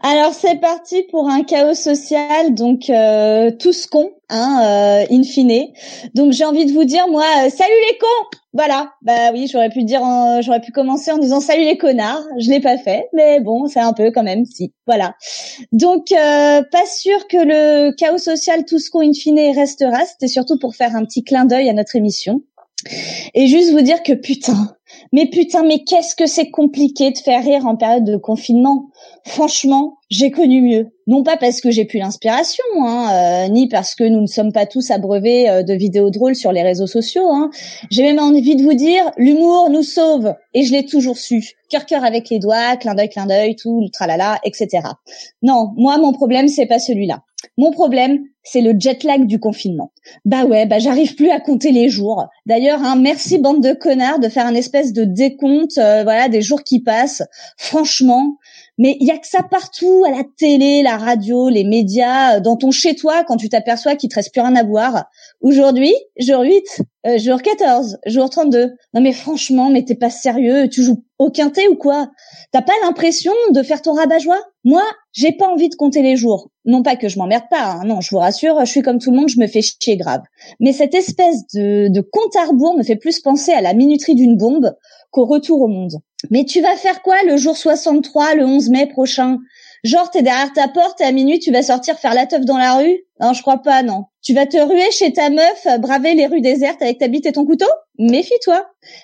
Alors c'est parti pour un chaos social, donc tous cons, in fine. Donc j'ai envie de vous dire moi, salut les cons. Voilà, bah oui, j'aurais pu commencer en disant salut les connards. Je l'ai pas fait, mais bon, c'est un peu quand même si. Voilà. Donc pas sûr que le chaos social tous cons in fine restera. C'était surtout pour faire un petit clin d'œil à notre émission et juste vous dire que putain, mais qu'est-ce que c'est compliqué de faire rire en période de confinement. Franchement, j'ai connu mieux. Non pas parce que j'ai plus l'inspiration, ni parce que nous ne sommes pas tous abreuvés de vidéos drôles sur les réseaux sociaux. J'ai même envie de vous dire, l'humour nous sauve. Et je l'ai toujours su. Cœur avec les doigts, clin d'œil, tout, le tralala, etc. Non, moi, mon problème, c'est pas celui-là. Mon problème, c'est le jet lag du confinement. J'arrive plus à compter les jours. D'ailleurs, merci bande de connards de faire un espèce de décompte, des jours qui passent. Franchement, mais il y a que ça partout, à la télé, la radio, les médias, dans ton chez-toi, quand tu t'aperçois qu'il te reste plus rien à boire. Aujourd'hui, jour 8, jour 14, jour 32. Non mais franchement, mais t'es pas sérieux, tu joues au quintet ou quoi? T'as pas l'impression de faire ton rabat-joie? Moi, j'ai pas envie de compter les jours. Non pas que je m'emmerde pas, non, je vous rassure, je suis comme tout le monde, je me fais chier grave. Mais cette espèce de compte à rebours me fait plus penser à la minuterie d'une bombe qu'au retour au monde. Mais tu vas faire quoi le jour 63, le 11 mai prochain? Genre, t'es derrière ta porte et à minuit, tu vas sortir faire la teuf dans la rue? Non, je crois pas, non. Tu vas te ruer chez ta meuf, braver les rues désertes avec ta bite et ton couteau? Méfie-toi.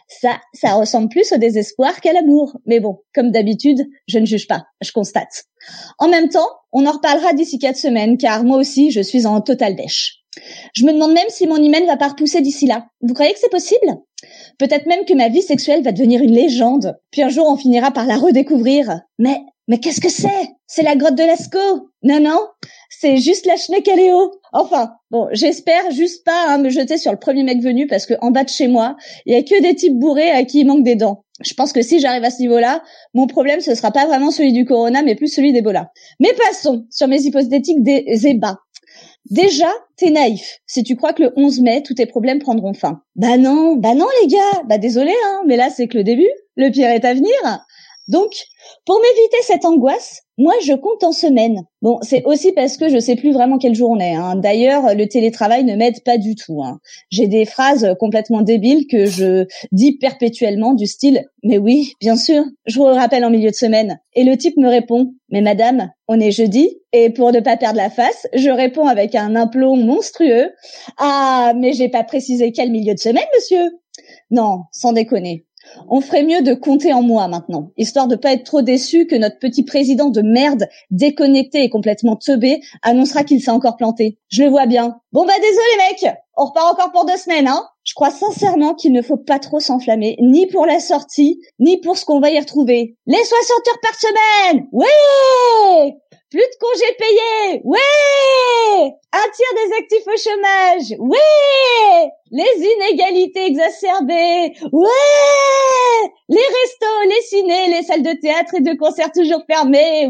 Ça ressemble plus au désespoir qu'à l'amour. Mais bon, comme d'habitude, je ne juge pas, je constate. En même temps, on en reparlera d'ici 4 semaines, car moi aussi, je suis en total dèche. Je me demande même si mon hymen va pas repousser d'ici là. Vous croyez que c'est possible? Peut-être même que ma vie sexuelle va devenir une légende. Puis un jour, on finira par la redécouvrir. Mais qu'est-ce que c'est? C'est la grotte de Lascaux? Non, c'est juste la Schneck-Aléo. Enfin, bon, j'espère juste pas me jeter sur le premier mec venu parce que en bas de chez moi, il y a que des types bourrés à qui il manque des dents. Je pense que si j'arrive à ce niveau-là, mon problème ce sera pas vraiment celui du corona, mais plus celui d'Ebola. Mais passons sur mes hypothétiques des ébats. Déjà, t'es naïf si tu crois que le 11 mai, tous tes problèmes prendront fin. Bah non les gars, désolé, mais là c'est que le début, le pire est à venir. Donc, pour m'éviter cette angoisse, moi je compte en semaines. Bon, c'est aussi parce que je sais plus vraiment quel jour on est. D'ailleurs, le télétravail ne m'aide pas du tout. J'ai des phrases complètement débiles que je dis perpétuellement du style « Mais oui, bien sûr, je vous rappelle en milieu de semaine ». Et le type me répond « Mais madame, on est jeudi ?» Et pour ne pas perdre la face, je réponds avec un aplomb monstrueux « Ah, mais j'ai pas précisé quel milieu de semaine, monsieur ?» Non, sans déconner. On ferait mieux de compter en mois maintenant, histoire de pas être trop déçu que notre petit président de merde, déconnecté et complètement teubé, annoncera qu'il s'est encore planté. Je le vois bien. Bon désolé mec, on repart encore pour 2 semaines, Je crois sincèrement qu'il ne faut pas trop s'enflammer, ni pour la sortie, ni pour ce qu'on va y retrouver. Les 60 heures par semaine! Ouais! Plus de congés payés! Ouais! Un tiers des actifs au chômage! Ouais! Les inégalités exacerbées! Ouais! Les restos, les cinés, les salles de théâtre et de concert toujours fermées!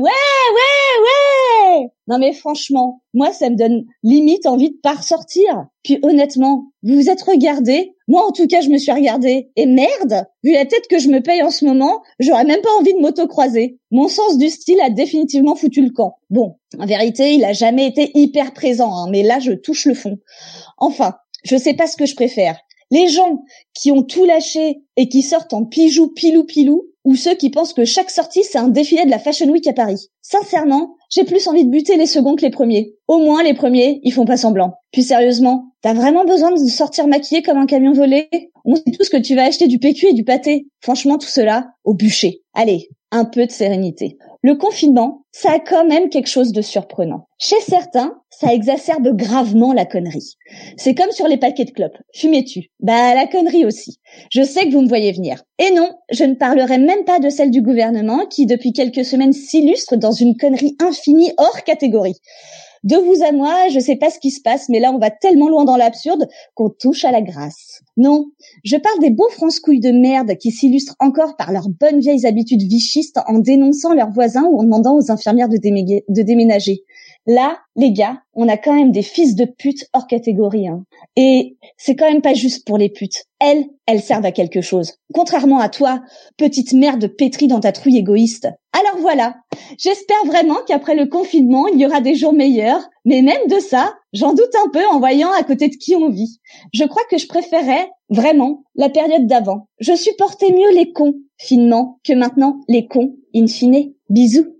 Ouais! Non mais franchement, moi ça me donne limite envie de pas ressortir. Puis honnêtement, vous vous êtes regardé? Moi en tout cas je me suis regardée. Et merde, vu la tête que je me paye en ce moment, j'aurais même pas envie de m'auto-croiser. Mon sens du style a définitivement foutu le camp. Bon, en vérité, il a jamais été hyper présent, mais là je touche le fond. Enfin, je sais pas ce que je préfère. Les gens qui ont tout lâché et qui sortent en pilou, ou ceux qui pensent que chaque sortie c'est un défilé de la Fashion Week à Paris. Sincèrement, j'ai plus envie de buter les seconds que les premiers. Au moins les premiers, ils font pas semblant. Puis sérieusement, t'as vraiment besoin de sortir maquillé comme un camion volé? On sait tous que tu vas acheter du PQ et du pâté. Franchement, tout cela, au bûcher. Allez, un peu de sérénité. Le confinement, ça a quand même quelque chose de surprenant. Chez certains, ça exacerbe gravement la connerie. C'est comme sur les paquets de clopes. Fumez-tu? La connerie aussi. Je sais que vous me voyez venir. Et non, je ne parlerai même pas de celle du gouvernement qui, depuis quelques semaines, s'illustre dans une connerie infinie hors catégorie. De vous à moi, je sais pas ce qui se passe, mais là on va tellement loin dans l'absurde qu'on touche à la grâce. Non, je parle des beaux France-couilles de merde qui s'illustrent encore par leurs bonnes vieilles habitudes vichistes en dénonçant leurs voisins ou en demandant aux infirmières de déménager. Là, les gars, on a quand même des fils de pute hors catégorie. Et c'est quand même pas juste pour les putes. Elles servent à quelque chose. Contrairement à toi, petite merde pétrie dans ta trouille égoïste. Alors Alors voilà, j'espère vraiment qu'après le confinement, il y aura des jours meilleurs, mais même de ça, j'en doute un peu en voyant à côté de qui on vit. Je crois que je préférais vraiment la période d'avant. Je supportais mieux les cons, finement, que maintenant les cons, in fine. Bisous.